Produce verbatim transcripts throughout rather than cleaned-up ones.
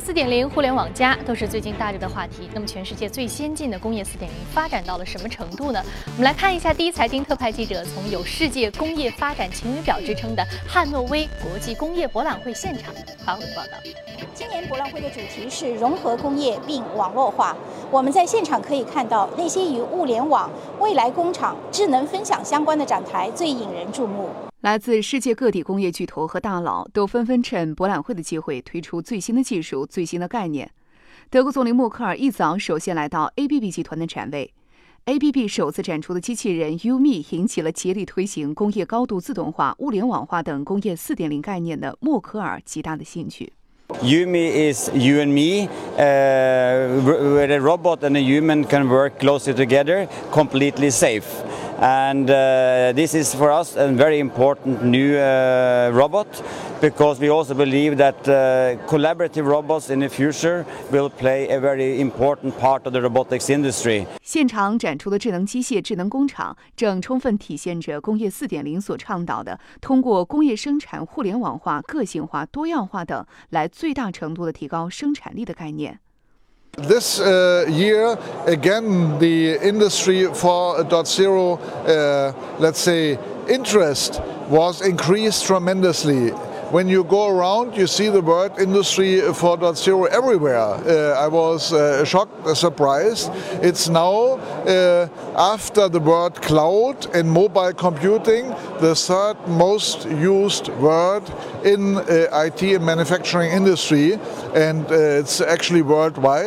四点零、互联网加都是最近大热的话题。那么，全世界最先进的工业四点零发展到了什么程度呢？我们来看一下第一财经特派记者从有世界工业发展晴雨表之称的汉诺威国际工业博览会现场发回的报道。 今年博览会的主题是融合工业并网络化。我们在现场可以看到那些与物联网、未来工厂、智能分享相关的展台最引人注目。 来自世界各地工业巨头和大佬都纷纷趁博览会的机会推出最新的技术、最新的概念。德国总理默克尔一早首先来到 A B B 集团的展位。A B B 首次展出的机器人 Umi 引起了竭力推行工业高度自动化、物联网化等工业 四点零 概念的默克尔极大的兴趣。 Umi is you and me, uh, where a robot and a human can work closely together, completely safe. And uh, this is for us a very important new uh, robot, because we also believe that uh, collaborative robots in the future will play a very important part of the robotics industry. 现场展出的智能机械、智能工厂，正充分体现着工业 四点零 所倡导的，通过工业生产互联网化、个性化、多样化等，来最大程度的提高生产力的概念。 This uh, year, again, the Industry four point zero, uh, let's say, interest was increased tremendously. When you go around, you see the word Industry four point zero everywhere. Uh, I was uh, shocked, uh, surprised. It's now, uh, after the word cloud and mobile computing, the third most used word in uh, I T and manufacturing industry, and uh, it's actually worldwide.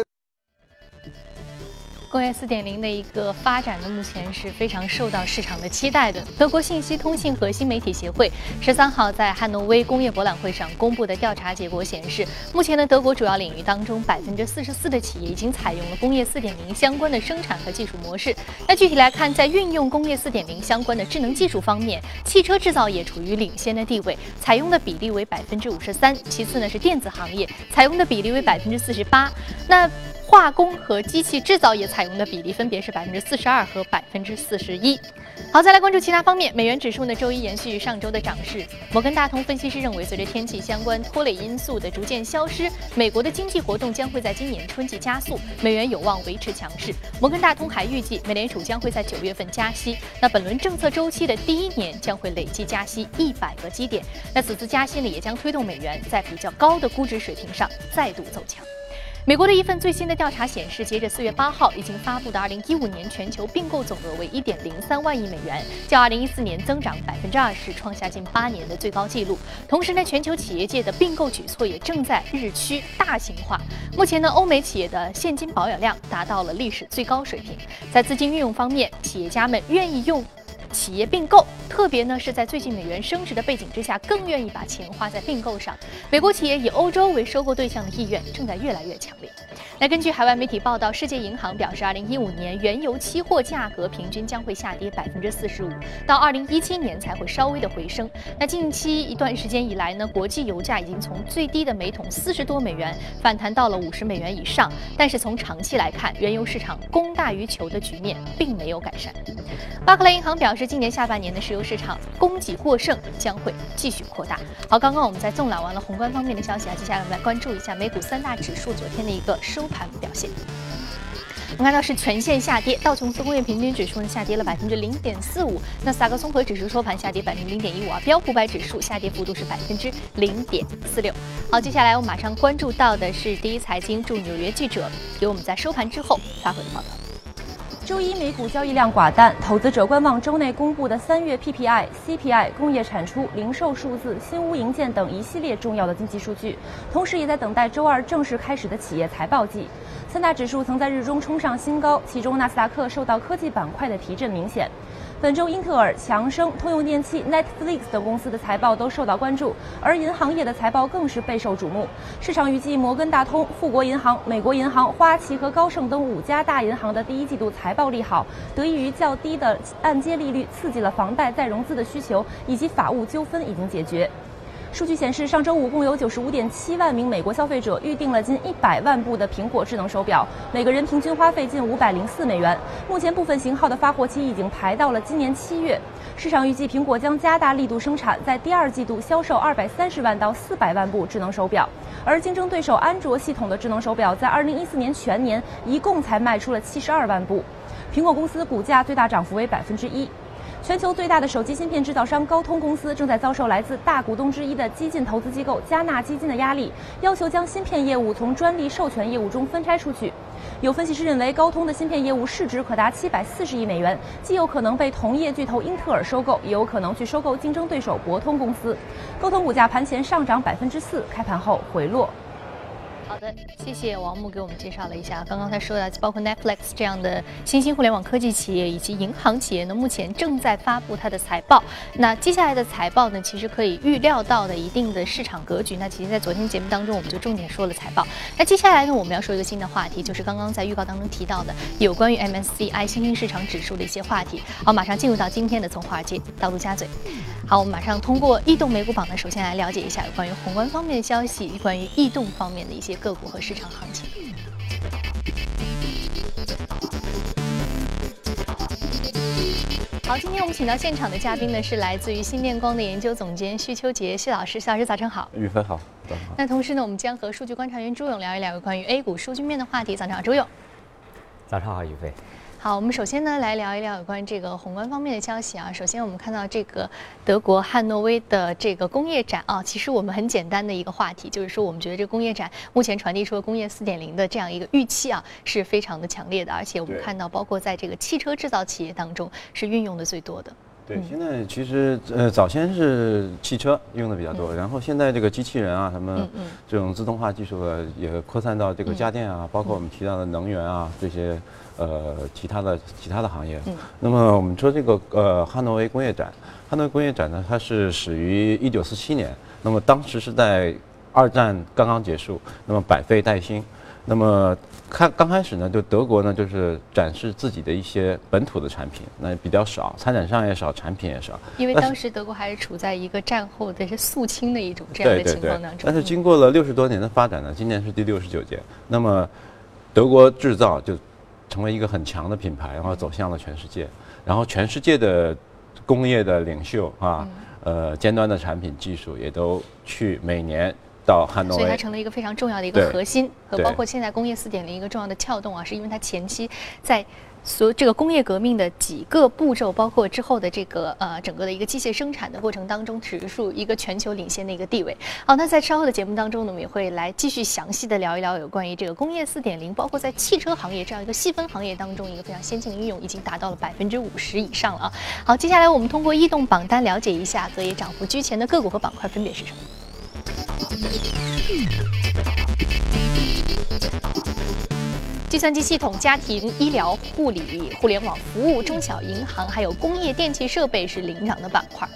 工业 四点零 的一个发展呢，目前是非常受到市场的期待的。德国信息通信和新媒体协会十三号在汉诺威工业博览会上公布的调查结果显示，目前的德国主要领域当中，百分之四十四的企业已经采用了工业 四点零 相关的生产和技术模式。那具体来看，在运用工业 四点零 相关的智能技术方面，汽车制造业处于领先的地位，采用的比例为百分之五十三。其次呢是电子行业，采用的比例为百分之四十八。那化工和机器制造业采用的比例分别是百分之四十二和百分之四十一。好，再来关注其他方面。美元指数呢，周一延续上周的涨势。摩根大通分析师认为，随着天气相关拖累因素的逐渐消失，美国的经济活动将会在今年春季加速，美元有望维持强势。摩根大通还预计，美联储将会在九月份加息，那本轮政策周期的第一年将会累计加息一百个基点。那此次加息呢，也将推动美元在比较高的估值水平上再度走强。美国的一份最新的调查显示，截至四月八号已经发布的二零一五年全球并购总额为一点零三万亿美元，较二零一四年增长百分之二十，创下近八年的最高纪录。同时呢，全球企业界的并购举措也正在日趋大型化。目前呢，欧美企业的现金保有量达到了历史最高水平。在资金运用方面，企业家们愿意用企业并购，特别呢是在最近美元升值的背景之下，更愿意把钱花在并购上。美国企业以欧洲为收购对象的意愿正在越来越强烈。那根据海外媒体报道，世界银行表示，二零一五年原油期货价格平均将会下跌百分之四十五，到二零一七年才会稍微的回升。那近期一段时间以来呢，国际油价已经从最低的每桶四十多美元反弹到了五十美元以上，但是从长期来看，原油市场供大于求的局面并没有改善。巴克莱银行表示，今年下半年的石油市场供给过剩将会继续扩大。好，刚刚我们在纵览完了宏观方面的消息啊，接下来我们来关注一下美股三大指数昨天的一个收盘表现。我们看到是全线下跌，道琼斯工业平均指数呢下跌了百分之零点四五，纳斯达克综合指数收盘下跌百分之零点一五啊，标普百指数下跌幅度是百分之零点四六。好，接下来我们马上关注到的是第一财经驻纽约记者给我们在收盘之后发回的报道。 周一美股交易量寡淡，投资者观望周内公布的三月 P P I、C P I、工业产出、零售数字、新屋营建等一系列重要的经济数据，同时也在等待周二正式开始的企业财报季。三大指数曾在日中冲上新高，其中纳斯达克受到科技板块的提振明显。本周英特尔、强生、通用电气、Netflix 等公司的财报都受到关注，而银行业的财报更是备受瞩目。市场预计摩根大通、富国银行、美国银行、花旗和高盛等五家大银行的第一季度财报利好，得益于较低的按揭利率刺激了房贷再融资的需求，以及法务纠纷已经解决。数据显示，上周五共有 九十五点七万名美国消费者预订了近一百万部的苹果智能手表，每个人平均花费近五百零四美元。目前部分型号的发货期已经排到了今年七月。 市场预计苹果将加大力度生产，在第二季度销售二百三十万到四百万部智能手表，而竞争对手安卓系统的智能手表在二零一四年全年一共才卖出了七十二万部。苹果公司股价最大涨幅为百分之一。全球最大的手机芯片制造商高通公司正在遭受来自大股东之一的激进投资机构加纳基金的压力，要求将芯片业务从专利授权业务中分拆出去。有分析师认为，高通的芯片业务市值可达七百四十亿美元，既有可能被同业巨头英特尔收购，也有可能去收购竞争对手博通公司。高通股价盘前上涨百分之四，开盘后回落。 好的，谢谢王木给我们介绍了一下刚刚他说的，包括 Netflix 这样的新兴互联网科技企业以及银行企业呢，目前正在发布它的财报。那接下来的财报呢，其实可以预料到的一定的市场格局。那其实，在昨天节目当中，我们就重点说了财报。那接下来呢，我们要说一个新的话题，就是刚刚在预告当中提到的有关于 M S C I 新兴市场指数的一些话题。好，马上进入到今天的从华尔街到陆家嘴。好，我们马上通过异动美股榜呢，首先来了解一下有关于宏观方面的消息，关于异动方面的一些个股和市场行情。好，今天我们请到现场的嘉宾呢是来自于新电光的研究总监徐秋杰，徐老师，徐老师早晨好。 宇飞好，早上好。 那同时呢，我们将和数据观察员朱勇聊一聊有关于 A 股数据面的话题。早上好，朱勇。 早上好，宇飞。 好，我们首先呢来聊一聊有关于这个宏观方面的消息啊。首先我们看到这个德国汉诺威的这个工业展啊，其实我们很简单的一个话题，就是说我们觉得这个工业展目前传递出了工业 四点零 的这样一个预期啊，是非常的强烈的，而且我们看到包括在这个汽车制造企业当中是运用的最多的。 对，现在其实呃早先是汽车用的比较多，嗯、然后现在这个机器人啊，什么这种自动化技术啊，也扩散到这个家电啊，嗯、包括我们提到的能源啊这些。呃，其他的其他的行业，嗯，那么我们说这个呃汉诺威工业展，汉诺威工业展呢，它是始于一九四七年，那么当时是在二战刚刚结束，那么百废待兴，那么看刚开始呢，就德国呢就是展示自己的一些本土的产品，那比较少，参展商也少，产品也少， 因为当时德国还是处在一个战后的是肃清的一种这样的情况当中。 但是经过了六十多年的发展呢，今年是第六十九届，那么德国制造就成为一个很强的品牌，然后走向了全世界，然后全世界的工业的领袖啊，呃，尖端的产品技术也都去每年到汉诺威， 所以它成了一个非常重要的一个核心，和包括现在工业 四点零 一个重要的撬动啊，是因为它前期在所这个工业革命的几个步骤，包括之后的这个呃整个的一个机械生产的过程当中，指数一个全球领先的一个地位。好，那在稍后的节目当中呢，我们也会来继续详细的聊一聊有关于这个工业 四点零，包括在汽车行业这样一个细分行业当中一个非常先进的应用，已经达到了百分之五十以上了啊。好，接下来我们通过异动榜单了解一下隔夜涨幅居前的个股和板块分别是什么。计算机系统、家庭、医疗、护理、互联网服务、中小银行，还有工业电气设备是领涨的板块。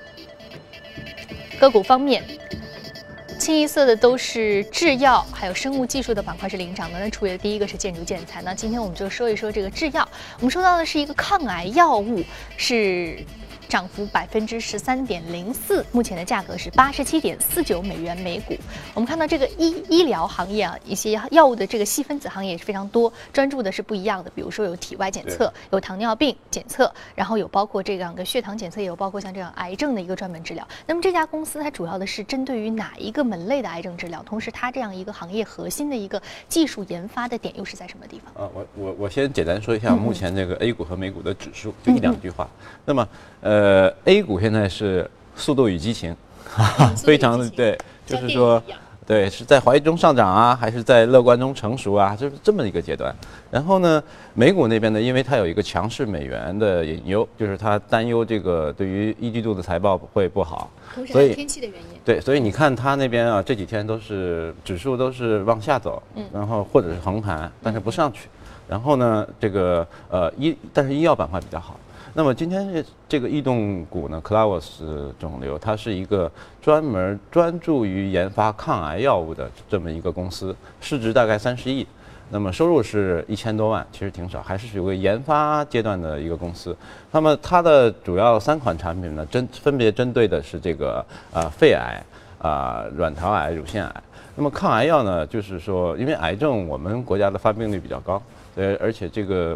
个股方面，清一色的都是制药还有生物技术的板块是领涨的。那除了第一个是建筑建材，那今天我们就说一说这个制药。我们说到的是一个抗癌药物，是涨幅百分之十三点零四，目前的价格是八十七点四九美元每股。我们看到这个医医疗行业啊，一些药物的这个细分子行业也是非常多，专注的是不一样的。比如说有体外检测，有糖尿病检测，然后有包括这样的血糖检测，也有包括像这样癌症的一个专门治疗。那么这家公司它主要的是针对于哪一个门类的癌症治疗？同时它这样一个行业核心的一个技术研发的点又是在什么地方？ 啊，我我我先简单说一下目前这个 A 股和美股的指数，就一两句话。嗯、那么呃 A 股现在是速度与激情，嗯、非常的对，就是说。对，是在怀疑中上涨啊，还是在乐观中成熟啊？就是这么一个阶段。然后呢，美股那边呢，因为它有一个强势美元的隐忧，就是它担忧这个对于一季度的财报会不好， 同时还有天气的原因。 对，所以你看它那边啊，这几天都是指数都是往下走，嗯，然后或者是横盘，但是不上去。然后呢，这个呃医，但是医药板块比较好。那么今天这个异动股呢 ，Claus 肿瘤，它是一个专门专注于研发抗癌药物的这么一个公司，市值大概三十亿，那么收入是一千多万，其实挺少，还是属于研发阶段的一个公司。那么它的主要三款产品呢，针分别针对的是这个呃肺癌、啊、呃、卵巢癌、乳腺癌。那么抗癌药呢，就是说，因为癌症我们国家的发病率比较高，呃，而且这个。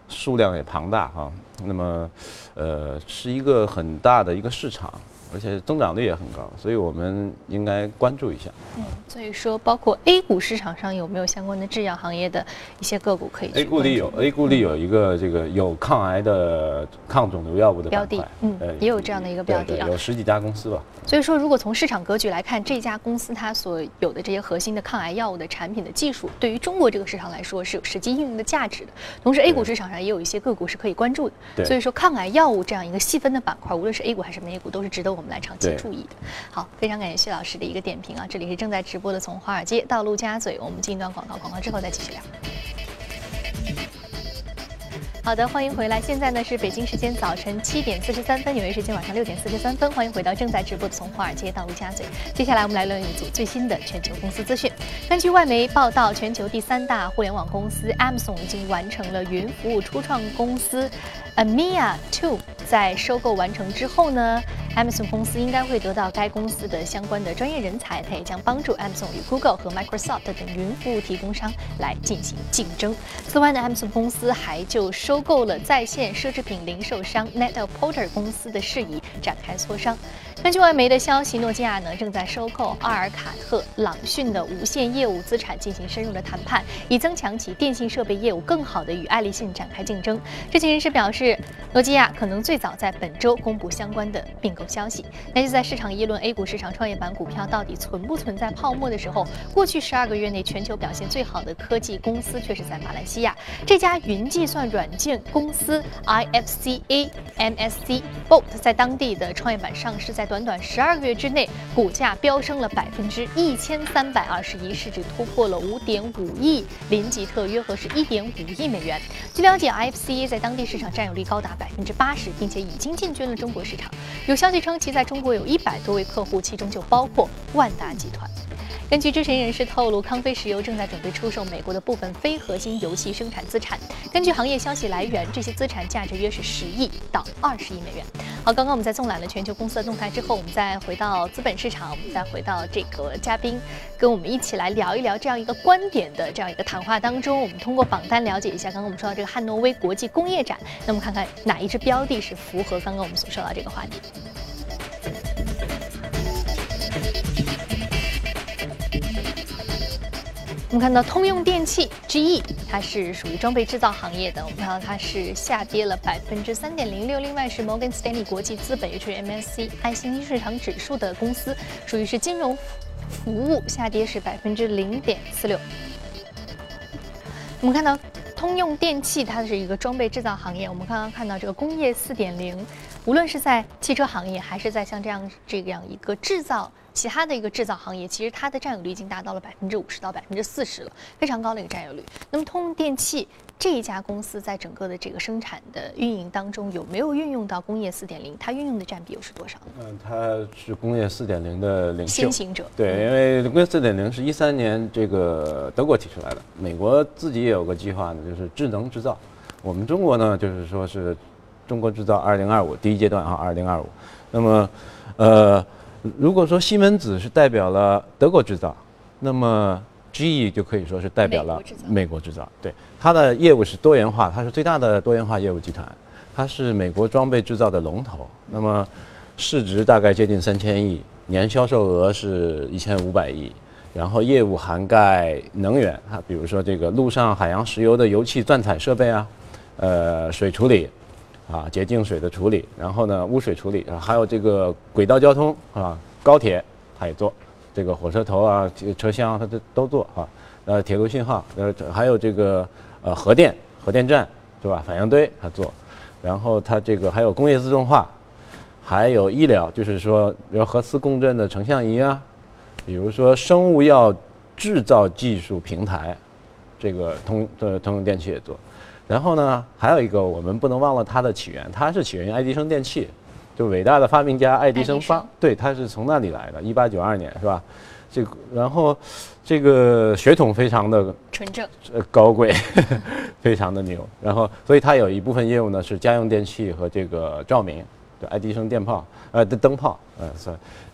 数量也庞大哈，那么呃是一个很大的一个市场。而且增长率也很高，所以我们应该关注一下。 嗯，所以说包括 A 股市场上有没有相关的制药行业的一些个股可以去 A 股里有 A 股里有一个这个有抗癌的抗肿瘤药物的标的，嗯，呃、也有这样的一个标的啊， 有十几家公司吧。 所以说，如果从市场格局来看，这家公司它所有的这些核心的抗癌药物的产品的技术，对于中国这个市场来说是有实际应用的价值的。同时 ，A 股市场上也有一些个股是可以关注的。所以说，抗癌药物这样一个细分的板块，无论是 A 股还是美股，都是值得我们来长期注意的。好，非常感谢薛老师的一个点评啊！这里是正在直播的，从华尔街到陆家嘴，我们进一段广告，广告之后再继续聊。好的，欢迎回来。现在呢是北京时间早晨七点四十三分，纽约时间晚上六点四十三分。欢迎回到正在直播的从华尔街到陆家嘴。接下来我们来聊一组最新的全球公司资讯。根据外媒报道，全球第三大互联网公司 Amazon 已经完成了云服务初创公司 Ameya 二在收购完成之后呢 ，Amazon 公司应该会得到该公司的相关的专业人才，它也将帮助 Amazon 与 Google 和 Microsoft 等云服务提供商来进行竞争。此外呢 ，Amazon 公司还就收购了在线奢侈品零售商 Net-a-Porter 公司的事宜展开磋商。根据外媒的消息，诺基亚呢正在收购阿尔卡特朗讯的无线业务资产进行深入的谈判，以增强其电信设备业务，更好地与爱立信展开竞争。知情人士表示，诺基亚可能最早在本周公布相关的并购消息。但是在市场议论 A 股市场创业板股票到底存不存在泡沫的时候，过去十二个月内全球表现最好的科技公司却是在马来西亚，这家云计算软件公司 I F C A M S C Boat 在当地的创业板上市，在短短十二个月之内，股价飙升了百分之一千三百二十一，市值突破了五点五亿林吉特，约合是一点五亿美元。据了解 ，I F C A 在当地市场占有率高达百分之八十，并且已经进军了中国市场。有消息称，其在中国有一百多位客户，其中就包括万达集团。根据知情人士透露，康菲石油正在准备出售美国的部分非核心游戏生产资产。根据行业消息来源，这些资产价值约是十亿到二十亿美元。好，刚刚我们在纵览了全球公司的动态之后，我们再回到资本市场，我们再回到这个嘉宾跟我们一起来聊一聊这样一个观点的这样一个谈话当中，我们通过榜单了解一下。刚刚我们说到这个汉诺威国际工业展，那么看看哪一支标的是符合刚刚我们所说到这个话题。我们看到通用电气 G E， 它是属于装备制造行业的。我们看到它是下跌了百分之三点零六。另外是摩根斯丹利国际资本，也就是 M S C I 新兴市场指数的公司，属于是金融服务，下跌是百分之零点四六。我们看到通用电气，它是一个装备制造行业。我们刚刚看到这个工业 四点零， 无论是在汽车行业，还是在像这样这样一个制造。其他的一个制造行业，其实它的占有率已经达到了百分之五十到百分之四十了，非常高的一个占有率。那么通用电气这一家公司在整个的这个生产的运营当中，有没有运用到工业 四点零？ 它运用的占比又是多少呢？ 嗯，它是工业 四点零 的领袖先行者。 对，因为工业 四点零 是一三年这个德国提出来的，美国自己也有个计划呢，就是智能制造。我们中国呢，就是说是中国制造二零二五第一阶段啊，二零二五。那么，呃。如果说西门子是代表了德国制造，那么 G E 就可以说是代表了美国制造。对，它的业务是多元化，它是最大的多元化业务集团，它是美国装备制造的龙头。那么市值大概接近三千亿，年销售额是一千五百亿，然后业务涵盖能源啊，比如说这个陆上海洋石油的油气钻采设备啊，呃，水处理。啊，洁净水的处理，然后呢，污水处理，还有这个轨道交通啊，高铁它也做，这个火车头啊、车厢它都都做啊，呃，铁路信号，呃，还有这个呃核电、核电站是吧？反应堆它做，然后它这个还有工业自动化，还有医疗，就是说，比如核磁共振的成像仪啊，比如说生物药制造技术平台，这个通呃通用电气也做。然后呢，还有一个我们不能忘了它的起源，它是起源于爱迪生电器，就伟大的发明家爱迪生发，对，它是从那里来的，一八九二年是吧？这个然后这个血统非常的纯正、 呃高贵，非常的牛。然后所以它有一部分业务呢是家用电器和这个照明，对，爱迪生电泡呃的灯泡，呃是，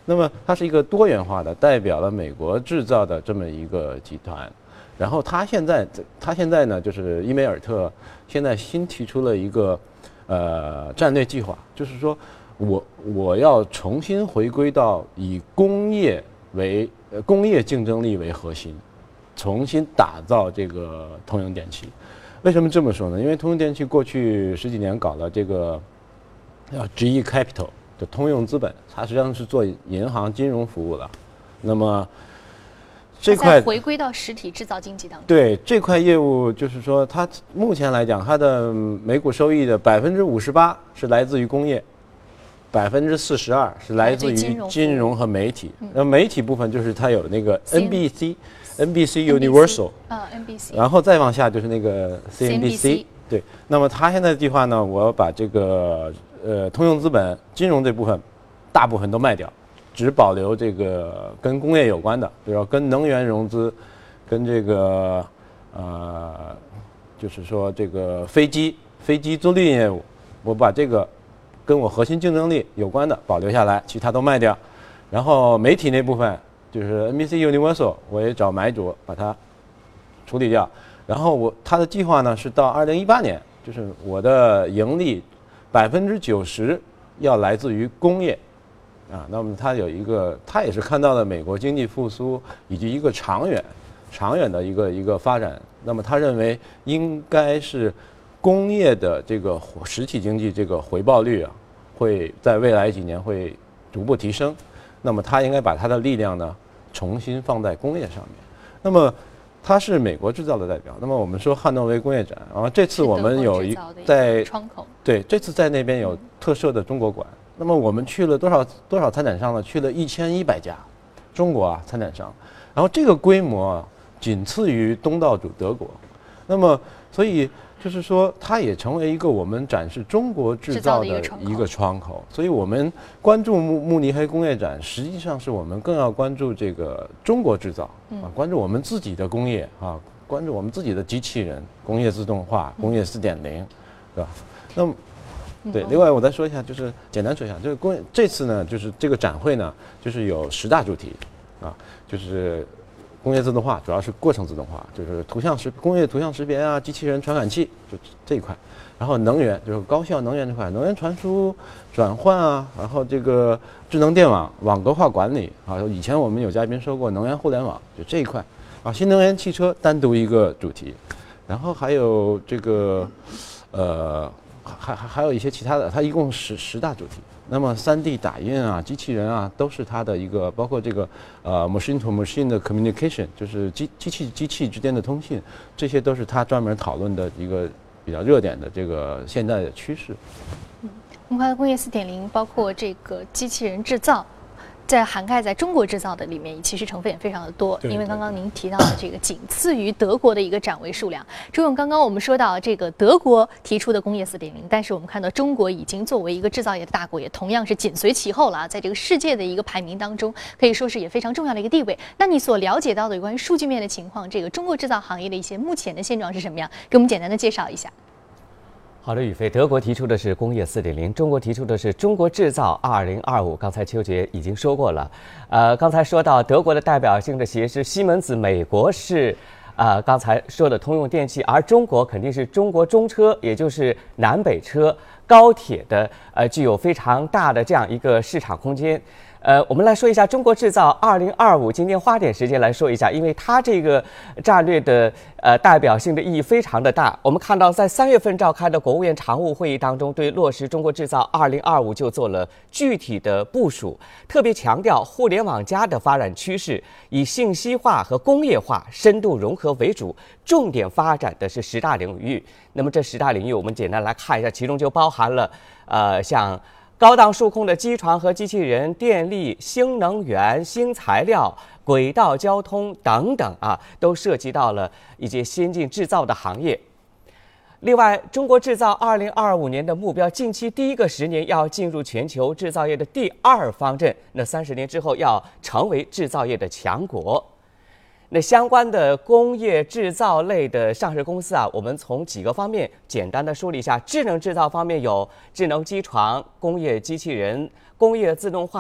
那么它是一个多元化的，代表了美国制造的这么一个集团。然后它现在，它现在呢，就是伊梅尔特现在新提出了一个呃战略计划，就是说我我要重新回归到以工业为呃工业竞争力为核心，重新打造这个通用电气。为什么这么说呢？因为通用电气过去十几年搞了这个叫 G E Capital 的通用资本，它实际上是做银行金融服务的。那么这块回归到实体制造经济当中。 对这块业务，就是说它目前来讲，它的每股收益的百分之五十八是来自于工业，百分之四十二是来自于金融和媒体。那媒体部分就是它有那个 N B C。N B C Universal 啊 ，N B C， 然后再往下就是那个 C N B C， 对。那么他现在的计划呢，我要把这个呃通用资本金融这部分大部分都卖掉，只保留这个跟工业有关的，比如说跟能源融资，跟这个呃就是说这个飞机飞机租赁业务，我把这个跟我核心竞争力有关的保留下来，其他都卖掉。然后媒体那部分。就是 N B C Universal， 我也找买主把它处理掉。然后我他的计划呢是到二零一八年，就是我的盈利百分之九十要来自于工业，啊，那么他有一个，他也是看到了美国经济复苏以及一个长远、长远的一个一个发展。那么他认为应该是工业的这个实体经济这个回报率啊，会在未来几年会逐步提升。那么他应该把他的力量呢重新放在工业上面。那么他是美国制造的代表。那么我们说汉诺威工业展，然后这次我们有一在窗口， 对，这次在那边有特设的中国馆。那么我们去了多少多少参展商呢？去了一千一百家中国啊参展商。然后这个规模啊仅次于东道主德国。那么所以就是说，它也成为一个我们展示中国制造的一个窗口。所以我们关注慕慕尼黑工业展，实际上是我们更要关注这个中国制造啊，关注我们自己的工业啊，关注我们自己的机器人、工业自动化、工业四点零，对吧？那么，对，另外我再说一下，就是简单说一下，就是工业这次呢，就是这个展会呢，就是有十大主题啊，就是工业自动化主要是过程自动化，就是图像识工业图像识别啊，机器人传感器就这一块。然后能源就是高效能源这块，能源传输转换啊，然后这个智能电网网格化管理啊，以前我们有嘉宾说过能源互联网，就这一块啊，新能源汽车单独一个主题，然后还有这个呃还还还有一些其他的，它一共十十大主题。那么 三 D 打印啊，机器人啊，都是它的一个，包括这个呃 machine to machine 的 communication， 就是机机器机器之间的通信，这些都是它专门讨论的一个比较热点的这个现在的趋势。 嗯，我们看工业 四点零， 包括这个机器人制造，在涵盖在中国制造的里面，其实成分也非常的多。因为刚刚您提到的这个仅次于德国的一个展位数量。周勇，刚刚我们说到这个德国提出的工业 四点零， 但是我们看到中国已经作为一个制造业的大国，也同样是紧随其后了啊，在这个世界的一个排名当中，可以说是也非常重要的一个地位。那你所了解到的有关于数据面的情况，这个中国制造行业的一些目前的现状是什么样？给我们简单的介绍一下。 好的，宇飞，德国提出的是工业 四点零， 中国提出的是中国制造二零二五。刚才邱杰已经说过了，呃，刚才说到德国的代表性的企业是西门子，美国是呃刚才说的通用电气，而中国肯定是中国中车，也就是南北车、高铁的呃具有非常大的这样一个市场空间。呃，我们来说一下中国制造二零二五，今天花点时间来说一下，因为它这个战略的呃代表性的意义非常的大。我们看到，在三月份召开的国务院常务会议当中，对落实中国制造二零二五就做了具体的部署，特别强调互联网加的发展趋势，以信息化和工业化深度融合为主，重点发展的是十大领域。那么这十大领域，我们简单来看一下，其中就包含了呃像高档数控的机床和机器人、电力、新能源、新材料、轨道交通等等啊，都涉及到了一些先进制造的行业。另外，中国制造二零二五年的目标，近期第一个十年要进入全球制造业的第二方阵，那三十年之后要成为制造业的强国。那相关的工业制造类的上市公司啊，我们从几个方面简单的梳理一下。智能制造方面有智能机床、工业机器人、工业自动化、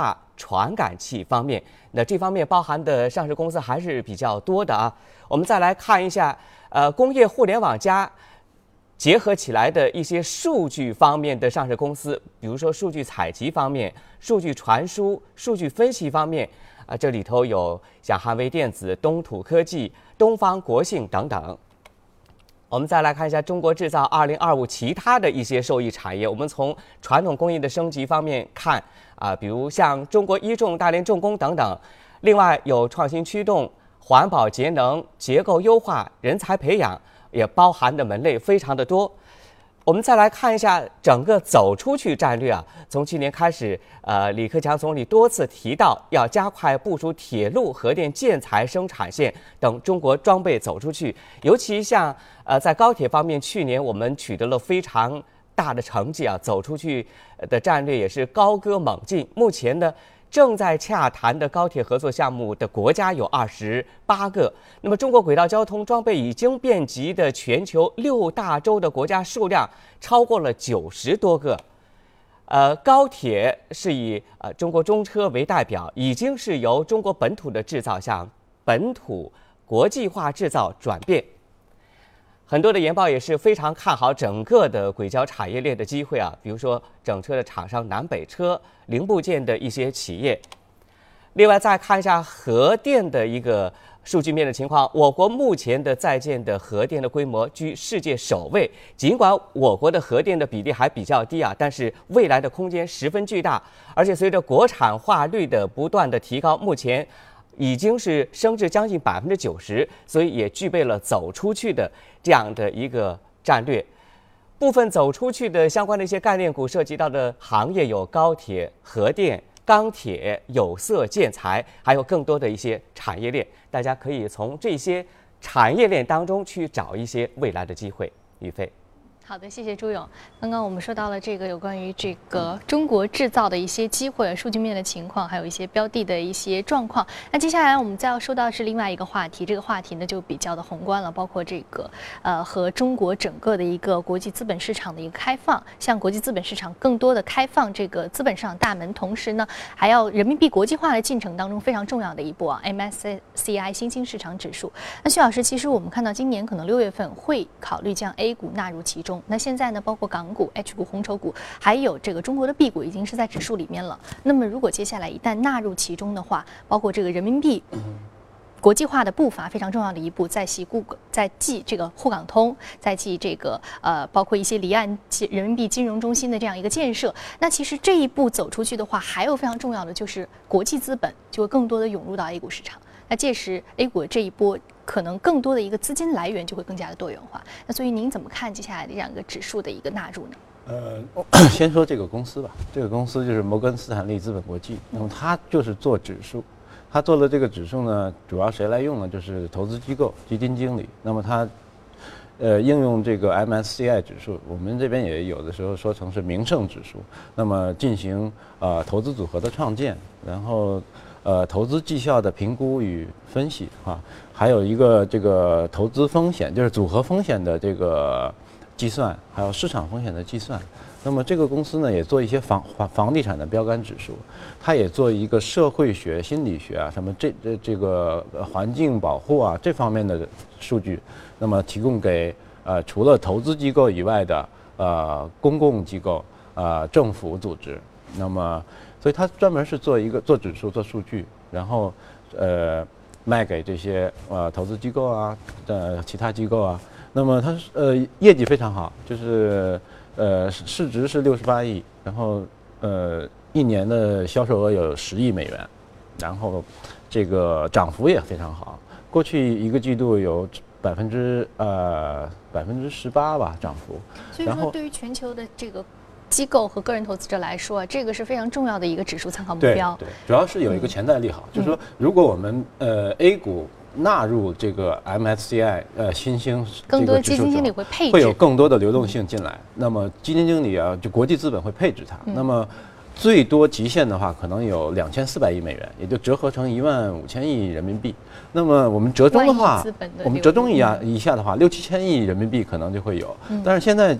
传感器方面，那这方面包含的上市公司还是比较多的啊。我们再来看一下，呃，工业互联网加结合起来的一些数据方面的上市公司，比如说数据采集方面、数据传输、数据分析方面，啊，这里头有像汉威电子、东土科技、东方国信等等。我们再来看一下中国制造二零二五其他的一些受益产业。我们从传统工艺的升级方面看啊，比如像中国一重、大连重工等等。另外有创新驱动、环保节能、结构优化、人才培养，也包含的门类非常的多。我们再来看一下整个走出去战略啊，从去年开始，呃，李克强总理多次提到要加快部署铁路、核电建材生产线等中国装备走出去。尤其像呃在高铁方面，去年我们取得了非常大的成绩啊，走出去的战略也是高歌猛进。目前呢，正在洽谈的高铁合作项目的国家有二十八个，那么中国轨道交通装备已经遍及的全球六大洲的国家数量超过了九十多个。呃，高铁是以呃中国中车为代表，已经是由中国本土的制造向本土国际化制造转变。很多的研报也是非常看好整个的轨交产业链的机会啊，比如说整车的厂商南北车、零部件的一些企业。另外再看一下核电的一个数据面的情况，我国目前的在建的核电的规模居世界首位。尽管我国的核电的比例还比较低啊，但是未来的空间十分巨大，而且随着国产化率的不断的提高，目前已经是升至将近百分之九十，所以也具备了走出去的这样的一个战略。部分走出去的相关的一些概念股涉及到的行业有高铁、核电、钢铁、有色建材，还有更多的一些产业链。大家可以从这些产业链当中去找一些未来的机会。宇飞。 好的，谢谢朱勇。刚刚我们说到了这个有关于这个中国制造的一些机会、数据面的情况，还有一些标的的一些状况。那接下来我们再要说到的是另外一个话题，这个话题呢就比较的宏观了，包括这个呃和中国整个的一个国际资本市场的一个开放，向国际资本市场更多的开放这个资本市场大门，同时呢还要人民币国际化的进程当中非常重要的一步啊 ，M S C I 新兴市场指数。那徐老师，其实我们看到今年可能六月份会考虑将 A 股纳入其中。那现在呢，包括港股、H 股、红筹股，还有这个中国的 B 股，已经是在指数里面了。那么，如果接下来一旦纳入其中的话，包括这个人民币国际化的步伐非常重要的一步，在系沪，在继这个沪港通，在继这个呃，包括一些离岸人民币金融中心的这样一个建设。那其实这一步走出去的话，还有非常重要的就是国际资本就会更多的涌入到 A 股市场。那届时 A 股这一波可能更多的一个资金来源就会更加的多元化。那所以您怎么看接下来的这样一个指数的一个纳入呢？ 呃，先说这个公司吧。这个公司就是摩根斯坦利资本国际，那么它就是做指数。它做了这个指数呢，主要谁来用呢？就是投资机构、基金经理。那么它呃应用这个 M S C I 指数，我们这边也有的时候说成是名胜指数。那么进行呃投资组合的创建，然后呃投资绩效的评估与分析啊，还有一个这个投资风险，就是组合风险的这个计算，还有市场风险的计算。那么这个公司呢，也做一些房房房地产的标杆指数，它也做一个社会学、心理学啊，什么这这这个环境保护啊这方面的数据，那么提供给呃除了投资机构以外的呃公共机构、呃政府组织。那么，所以它专门是做一个做指数、做数据，然后呃卖给这些呃投资机构啊、呃其他机构啊。那么它呃业绩非常好，就是呃市值是六十八亿，然后呃一年的销售额有十亿美元，然后这个涨幅也非常好，过去一个季度有百分之呃百分之十八吧涨幅。 所以说，对于全球的这个机构和个人投资者来说，这个是非常重要的一个指数参考目标。 对，对，主要是有一个潜在利好，嗯、就是说，如果我们呃 A 股纳入这个 M S C I 呃新兴更多基金经理会配置， 会有更多的流动性进来。那么基金经理啊，就国际资本会配置它。嗯、那么最多极限的话，可能有两千四百亿美元，也就折合成一万五千亿人民币。那么我们折中的话，的我们折中一下一下的话，六七千亿人民币可能就会有。嗯、但是现在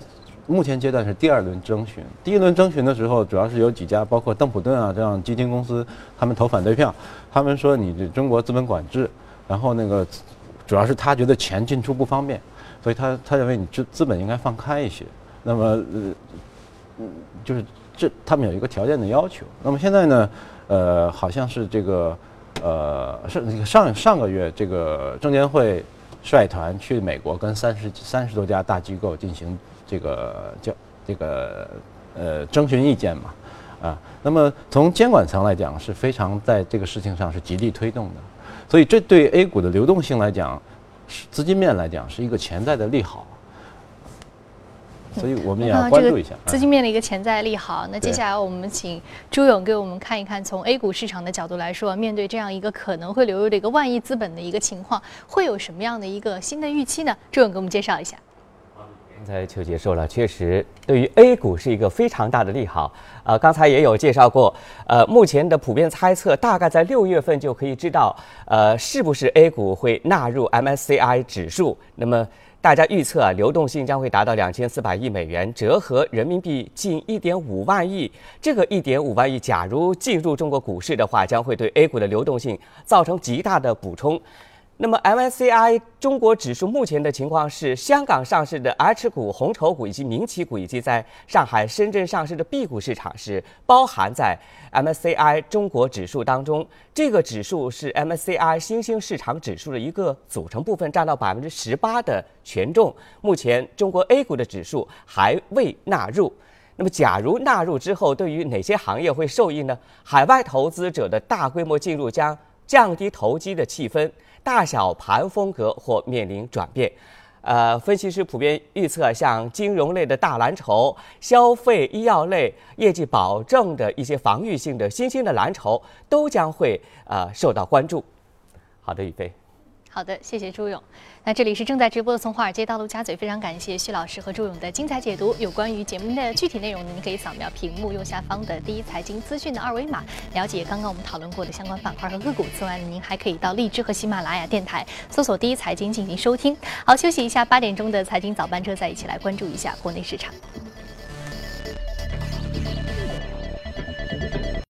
目前阶段是第二轮征询。第一轮征询的时候，主要是有几家，包括邓普顿啊这样基金公司，他们投反对票。他们说你这中国资本管制，然后那个主要是他觉得钱进出不方便，所以他他认为你资资本应该放开一些。那么呃，就是这他们有一个条件的要求。那么现在呢，呃，好像是这个呃上上上个月这个证监会率团去美国跟三十三十多家大机构进行这个叫这个呃征询意见嘛，啊，那么从监管层来讲是非常在这个事情上是极力推动的，所以这对 A 股的流动性来讲，资金面来讲是一个潜在的利好。所以我们也要关注一下、嗯、 资金面的一个潜在利好。那接下来我们请朱勇给我们看一看，从 A 股市场的角度来说，面对这样一个可能会流入的一个万亿资本的一个情况，会有什么样的一个新的预期呢？朱勇给我们介绍一下。 刚才邱姐说了，确实对于 A 股是一个非常大的利好。呃，刚才也有介绍过，呃，目前的普遍猜测大概在六月份就可以知道，呃，是不是 A 股会纳入 M S C I 指数。那么大家预测啊，流动性将会达到两千四百亿美元，折合人民币近一点五万亿。这个一点五万亿，假如进入中国股市的话，将会对 A 股的流动性造成极大的补充。那么 M S C I 中国指数目前的情况是，香港上市的 H 股、红筹股以及民企股，以及在上海、深圳上市的 B 股市场是包含在 M S C I 中国指数当中。这个指数是 M S C I 新兴市场指数的一个组成部分，占到百分之十八的权重。目前中国 A 股的指数还未纳入。那么假如纳入之后，对于哪些行业会受益呢？海外投资者的大规模进入将降低投机的气氛，大小盘风格或面临转变。呃，分析师普遍预测，像金融类的大蓝筹、消费、医药类、业绩保证的一些防御性的新兴的蓝筹，都将会呃受到关注。好的，宇飞。 好的，谢谢朱勇。那这里是正在直播的从华尔街到陆家嘴，非常感谢徐老师和朱勇的精彩解读。有关于节目的具体内容呢，您可以扫描屏幕右下方的第一财经资讯的二维码，了解刚刚我们讨论过的相关板块和个股。此外，您还可以到荔枝和喜马拉雅电台搜索第一财经进行收听。好，休息一下，八点钟的财经早班车再一起来关注一下国内市场。